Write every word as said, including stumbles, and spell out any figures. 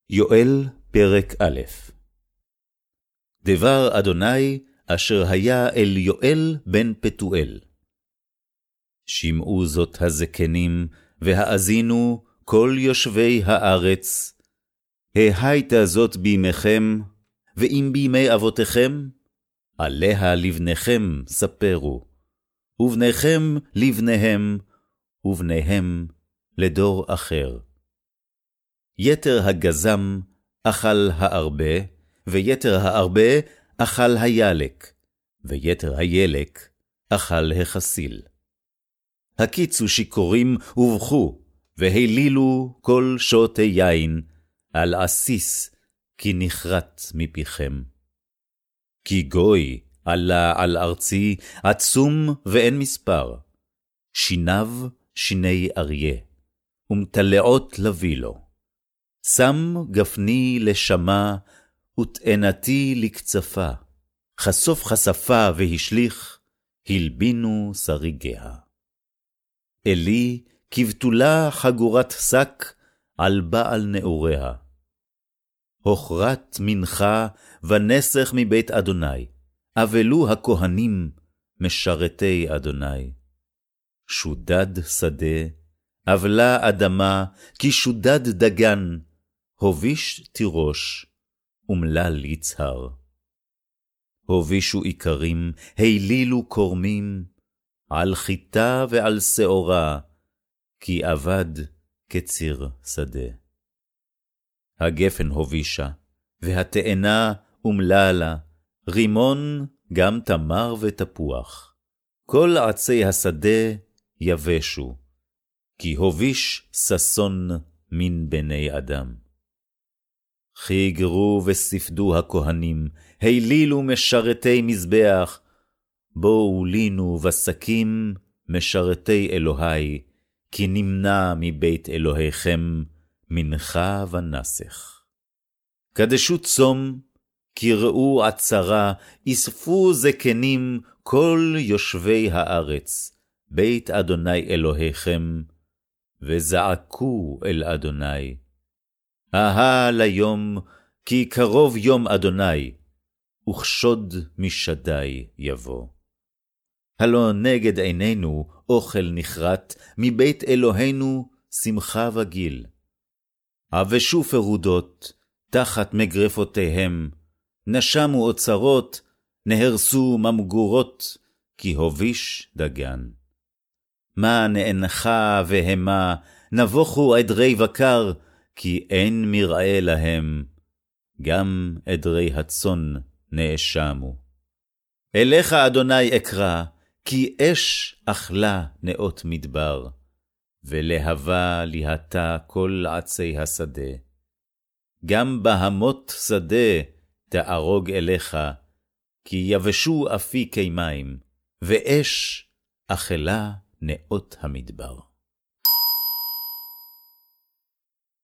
יואל פרק א'. דבר אדוני אשר היה אל יואל בן פתואל. שמעו זאת הזקנים, והאזינו כל יושבי הארץ. ההייתה זאת בימיכם, ואם בימי אבותיכם, עליה לבניכם ספרו, ובניכם לבניהם, ובניהם לדור אחר. יתר הגזם אכל הארבה, ויתר הארבה אכל הילק, ויתר הילק אכל החסיל. הקיצו שיכורים ובכו, והילילו כל שותי יין, על עסיס כי נחרט מפיכם. כי גוי עלה על ארצי עצום ואין מספר, שיניו שיני אריה, ומטלעות לבילו. שם גפני לשמה, ותאנתי לקצפה, חשוף חשפה והשליך, הלבינו שריגיה. אלי כבתולה חגורת שק על בעל נעוריה. הוכרת מנחה ונסך מבית אדוני, אבלו הכהנים משרתי אדוני. שודד שדה, אבלה אדמה, כי שודד דגן, הוביש תירוש, ומלל יצהר. הובישו עיקרים, הילילו קורמים, על חיטה ועל שעורה, כי אבד כציר שדה. הגפן הובישה, והתאנה ומללה, רימון גם תמר ותפוח. כל עצי השדה יבשו, כי הוביש ששון מן בני אדם. חיגרו וספדו הכהנים, הילילו משרתי מזבח, בואו לינו וסקים משרתי אלוהי, כי נמנע מבית אלוהיכם מנחה ונסך. קדשו צום, קראו עצרה, אספו זקנים כל יושבי הארץ, בית אדוני אלוהיכם, וזעקו אל אדוני. אהה ליום, כי קרוב יום אדוני, וכשוד משדי יבוא. הלא נגד עינינו אוכל נחרט, מבית אלוהינו שמחה וגיל. עבשו פרודות, תחת מגרפותיהם, נשמו אוצרות, נהרסו ממגורות, כי הוביש דגן. מה נאנחה והמה, נבוכו עדרי בקר, כי אין מראה להם, גם עדרי הצאן נאשמו. אליך אדוני אקרא, כי אש אכלה נאות מדבר, ולהבה ליהתה כל עצי השדה. גם בהמות שדה תערוג אליך, כי יבשו אפיקי מים, ואש אכלה נאות המדבר.